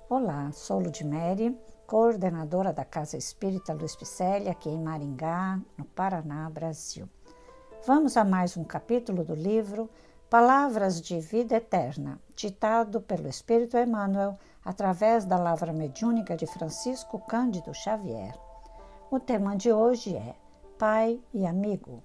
Olá, sou Ludmere, coordenadora da Casa Espírita Luiz Picelli, aqui em Maringá, no Paraná, Brasil. Vamos a mais um capítulo do livro Palavras de Vida Eterna, ditado pelo Espírito Emmanuel através da lavra mediúnica de Francisco Cândido Xavier. O tema de hoje é Pai e Amigo.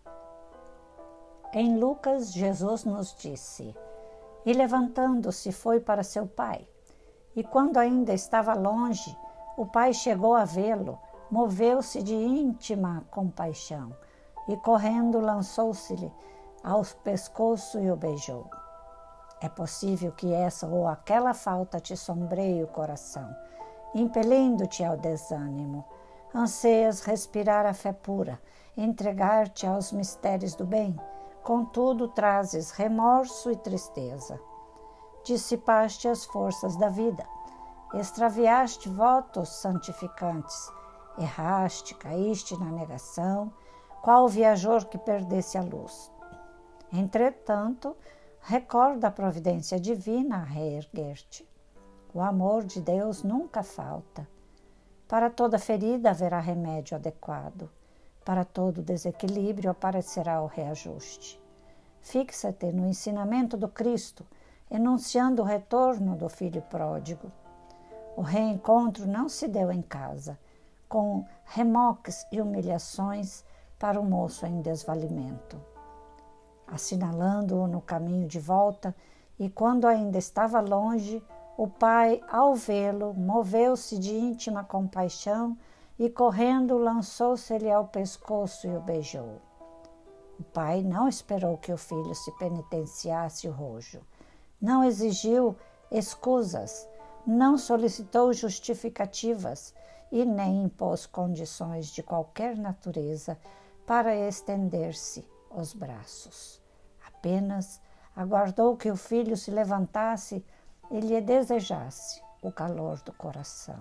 Em Lucas, Jesus nos disse: "E levantando-se foi para seu pai. E quando ainda estava longe, o pai chegou a vê-lo, moveu-se de íntima compaixão e, correndo, lançou-se-lhe ao pescoço e o beijou." É possível que essa ou aquela falta te sombreie o coração, impelindo-te ao desânimo. Anseias respirar a fé pura, entregar-te aos mistérios do bem, contudo trazes remorso e tristeza. Dissipaste as forças da vida, extraviaste votos santificantes, erraste, caíste na negação, qual viajor que perdesse a luz. Entretanto, recorda a providência divina a reerguer-te. O amor de Deus nunca falta. Para toda ferida haverá remédio adequado, para todo desequilíbrio aparecerá o reajuste. Fixa-te no ensinamento do Cristo, enunciando o retorno do filho pródigo. O reencontro não se deu em casa, com remoques e humilhações para o moço em desvalimento. Assinalando-o no caminho de volta, e quando ainda estava longe, o pai, ao vê-lo, moveu-se de íntima compaixão e, correndo, lançou-se-lhe ao pescoço e o beijou. O pai não esperou que o filho se penitenciasse o rojo. Não exigiu escusas, não solicitou justificativas e nem impôs condições de qualquer natureza para estender-se os braços. Apenas aguardou que o filho se levantasse e lhe desejasse o calor do coração.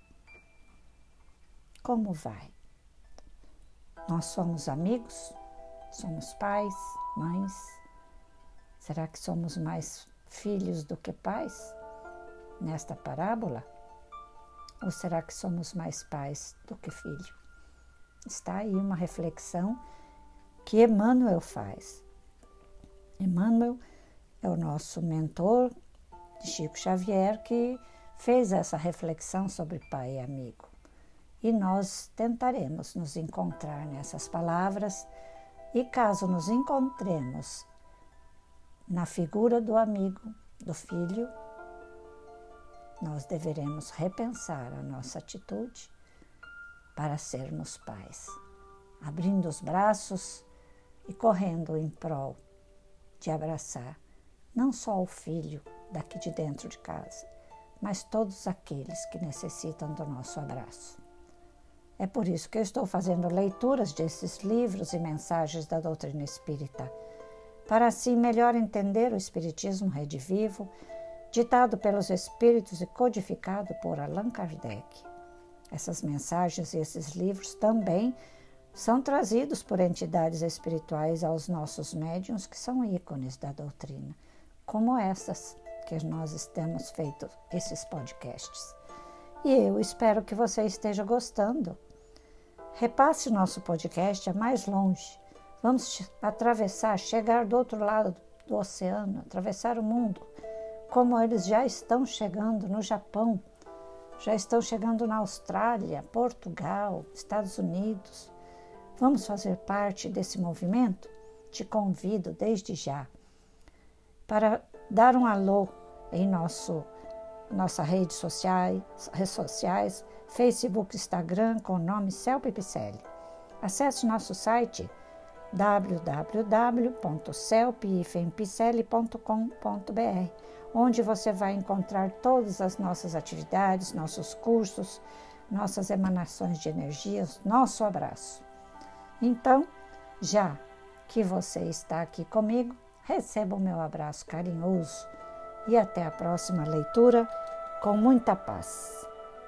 Como vai? Nós somos amigos? Somos pais, mães? Será que somos mais filhos do que pais nesta parábola? Ou será que somos mais pais do que filho? Está aí uma reflexão que Emmanuel faz. Emmanuel é o nosso mentor de Chico Xavier, que fez essa reflexão sobre pai e amigo. E nós tentaremos nos encontrar nessas palavras, e caso nos encontremos na figura do amigo, do filho, nós deveremos repensar a nossa atitude para sermos pais, abrindo os braços e correndo em prol de abraçar não só o filho daqui de dentro de casa, mas todos aqueles que necessitam do nosso abraço. É por isso que eu estou fazendo leituras desses livros e mensagens da doutrina espírita, para assim melhor entender o Espiritismo redivivo, ditado pelos Espíritos e codificado por Allan Kardec. Essas mensagens e esses livros também são trazidos por entidades espirituais aos nossos médiuns, que são ícones da doutrina, como essas que nós temos feito esses podcasts. E eu espero que você esteja gostando. Repasse nosso podcast a mais longe. Vamos atravessar, chegar do outro lado do oceano, atravessar o mundo, como eles já estão chegando no Japão, já estão chegando na Austrália, Portugal, Estados Unidos. Vamos fazer parte desse movimento? Te convido desde já para dar um alô em nossas redes sociais, Facebook, Instagram, com o nome Celpe Picelli. Acesse nosso site www.celpe-picelli.com.br, onde você vai encontrar todas as nossas atividades, nossos cursos, nossas emanações de energias, nosso abraço. Então, já que você está aqui comigo, receba o meu abraço carinhoso e até a próxima leitura, com muita paz.